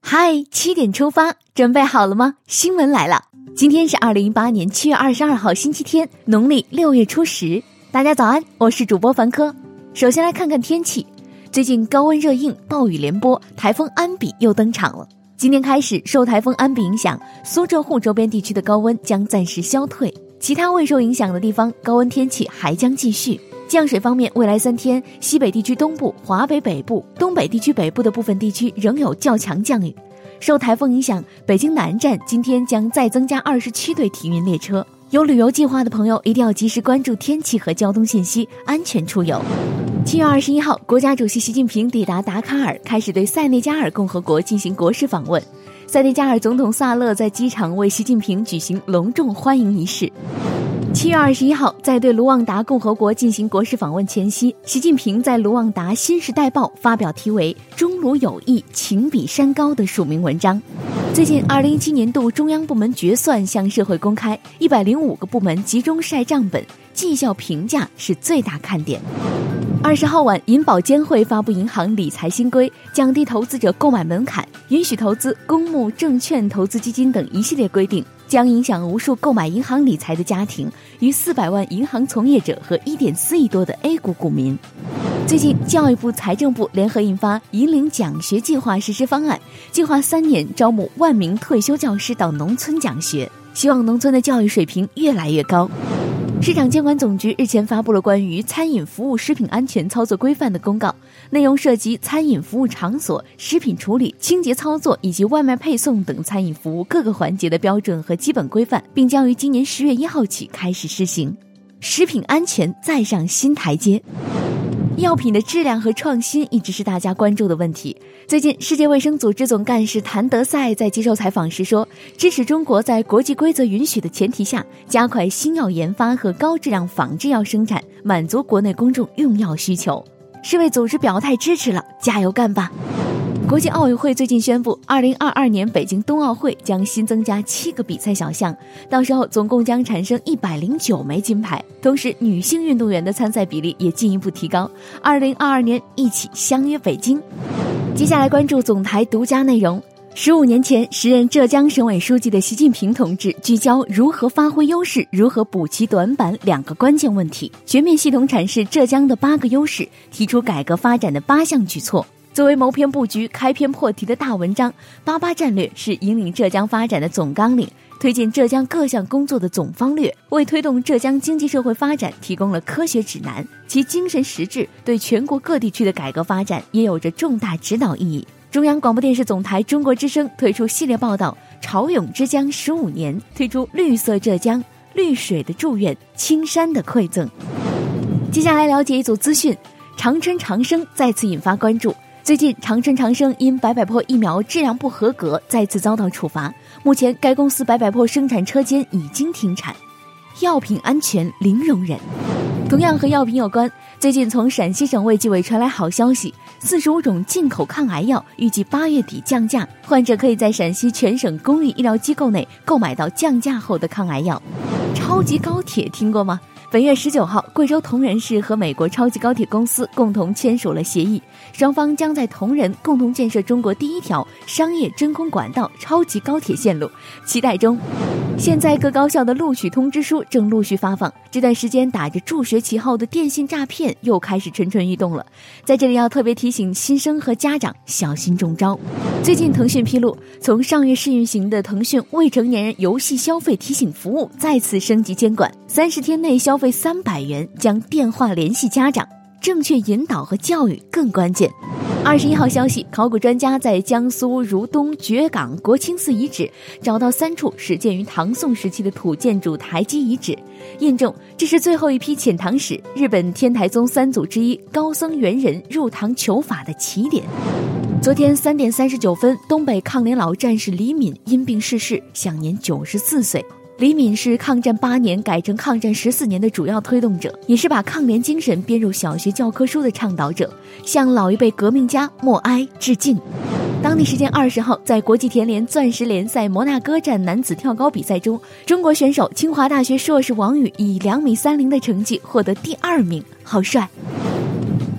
嗨，7点出发，准备好了吗？新闻来了，今天是2018年7月22号星期天，农历6月初10。大家早安，我是主播凡科。首先来看看天气，最近高温热映，暴雨连播，台风安比又登场了。今天开始，受台风安比影响，苏浙沪周边地区的高温将暂时消退，其他未受影响的地方高温天气还将继续。降水方面，未来3天，西北地区东部、华北北部、东北地区北部的部分地区仍有较强降雨。受台风影响，北京南站今天将再增加27对体运列车。有旅游计划的朋友一定要及时关注天气和交通信息，安全出游。7月21号，国家主席习近平抵达达卡尔，开始对塞内加尔共和国进行国事访问。塞内加尔总统萨勒在机场为习近平举行隆重欢迎仪式。7月21号，在对卢旺达共和国进行国事访问前夕，习近平在卢旺达《新时代报》发表题为《中卢友谊情比山高》的署名文章。最近2017年度中央部门决算向社会公开，105个部门集中晒账本，绩效评价是最大看点。20号晚，银保监会发布银行理财新规，降低投资者购买门槛，允许投资公募证券投资基金等一系列规定，将影响无数购买银行理财的家庭与400万银行从业者和1.4亿多的 A 股股民。最近，教育部、财政部联合印发引领奖学计划实施方案，计划3年招募1万名退休教师到农村讲学，希望农村的教育水平越来越高。市场监管总局日前发布了关于餐饮服务食品安全操作规范的公告，内容涉及餐饮服务场所、食品处理、清洁操作以及外卖配送等餐饮服务各个环节的标准和基本规范，并将于今年10月1号起开始施行。食品安全再上新台阶。药品的质量和创新一直是大家关注的问题。最近，世界卫生组织总干事谭德赛在接受采访时说，支持中国在国际规则允许的前提下，加快新药研发和高质量仿制药生产，满足国内公众用药需求。世卫组织表态支持了，加油干吧！国际奥委会最近宣布，2022年北京冬奥会将新增加7个比赛小项，到时候总共将产生109枚金牌。同时，女性运动员的参赛比例也进一步提高。2022年一起相约北京。接下来关注总台独家内容。15年前，时任浙江省委书记的习近平同志聚焦如何发挥优势、如何补齐短板2个关键问题，全面系统阐释浙江的8个优势，提出改革发展的8项举措。作为谋篇布局、开篇破题的大文章，88战略是引领浙江发展的总纲领，推进浙江各项工作的总方略，为推动浙江经济社会发展提供了科学指南，其精神实质对全国各地区的改革发展也有着重大指导意义。中央广播电视总台中国之声推出系列报道《潮涌之江15年》，推出绿色浙江、绿水的祝愿、青山的馈赠。接下来了解一组资讯，长春长生再次引发关注。最近，长春长生因白百破疫苗质量不合格再次遭到处罚，目前该公司白百破生产车间已经停产。药品安全零容忍。同样和药品有关，最近从陕西省卫计委传来好消息，45种进口抗癌药预计8月底降价，患者可以在陕西全省公立医疗机构内购买到降价后的抗癌药。超级高铁听过吗？本月19号，贵州铜仁市和美国超级高铁公司共同签署了协议，双方将在铜仁共同建设中国第1条商业真空管道超级高铁线路，期待中。现在各高校的录取通知书正陆续发放，这段时间打着助学旗号的电信诈骗又开始蠢蠢欲动了，在这里要特别提醒新生和家长小心中招。最近腾讯披露，从上月试运行的腾讯未成年人游戏消费提醒服务再次升级监管，30天内消费300元将电话联系家长，正确引导和教育更关键。21号消息，考古专家在江苏如东觉港国清寺遗址找到3处始建于唐宋时期的土建筑台基遗址，印证这是最后一批遣唐使日本天台宗3祖之一高僧元人入唐求法的起点。昨天3点39分，东北抗联老战士李敏因病逝世，享年94岁。李敏是抗战8年改成抗战14年的主要推动者，也是把抗联精神编入小学教科书的倡导者，向老一辈革命家默哀致敬。当地时间20号，在国际田联钻石联赛摩纳哥站男子跳高比赛中，中国选手清华大学硕士王宇以2.30米的成绩获得第2名，好帅！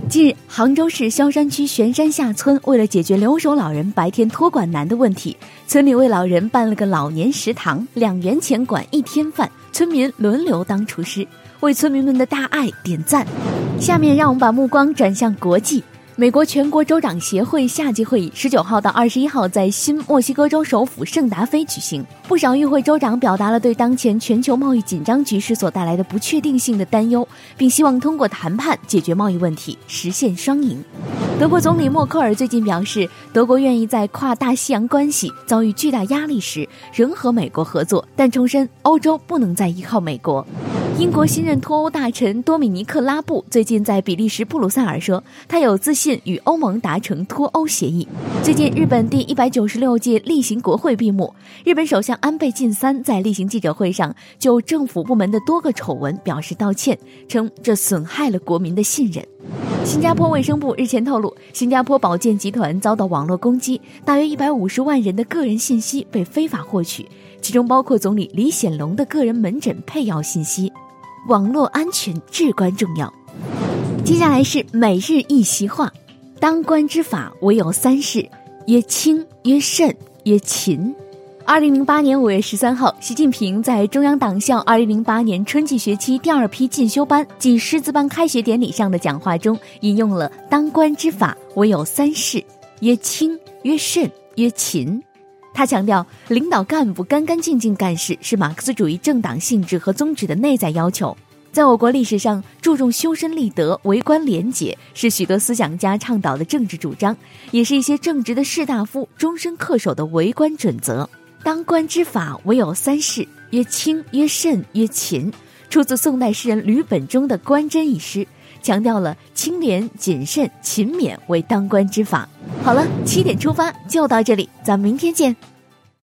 近日，杭州市萧山区玄山下村为了解决留守老人白天托管难的问题，村里为老人办了个老年食堂，2元钱管1天饭，村民轮流当厨师，为村民们的大爱点赞。下面让我们把目光转向国际。美国全国州长协会夏季会议19号到21号在新墨西哥州首府圣达菲举行，不少与会州长表达了对当前全球贸易紧张局势所带来的不确定性的担忧，并希望通过谈判解决贸易问题，实现双赢。德国总理默克尔最近表示，德国愿意在跨大西洋关系遭遇巨大压力时仍和美国合作，但重申欧洲不能再依靠美国。英国新任脱欧大臣多米尼克·拉布最近在比利时布鲁塞尔说，他有自信与欧盟达成脱欧协议。最近，日本第196届例行国会闭幕，日本首相安倍晋三在例行记者会上就政府部门的多个丑闻表示道歉，称这损害了国民的信任。新加坡卫生部日前透露，新加坡保健集团遭到网络攻击，大约150万人的个人信息被非法获取，其中包括总理李显龙的个人门诊配药信息。网络安全至关重要。接下来是每日一席话：当官之法唯有3事，曰轻，曰慎，曰勤。2008年5月13号，习近平在中央党校2008年春季学期第2批进修班暨师资班开学典礼上的讲话中，引用了当官之法唯有3事，曰轻，曰慎，曰勤。他强调，领导干部干干净净干事是马克思主义政党性质和宗旨的内在要求。在我国历史上，注重修身立德、为官廉洁是许多思想家倡导的政治主张，也是一些正直的士大夫终身恪守的为官准则。当官之法唯有3事，曰轻，曰慎，曰勤，出自宋代诗人吕本中的《官箴》一诗，强调了清廉、谨慎、勤勉为当官之法。好了，7点出发就到这里，咱们明天见。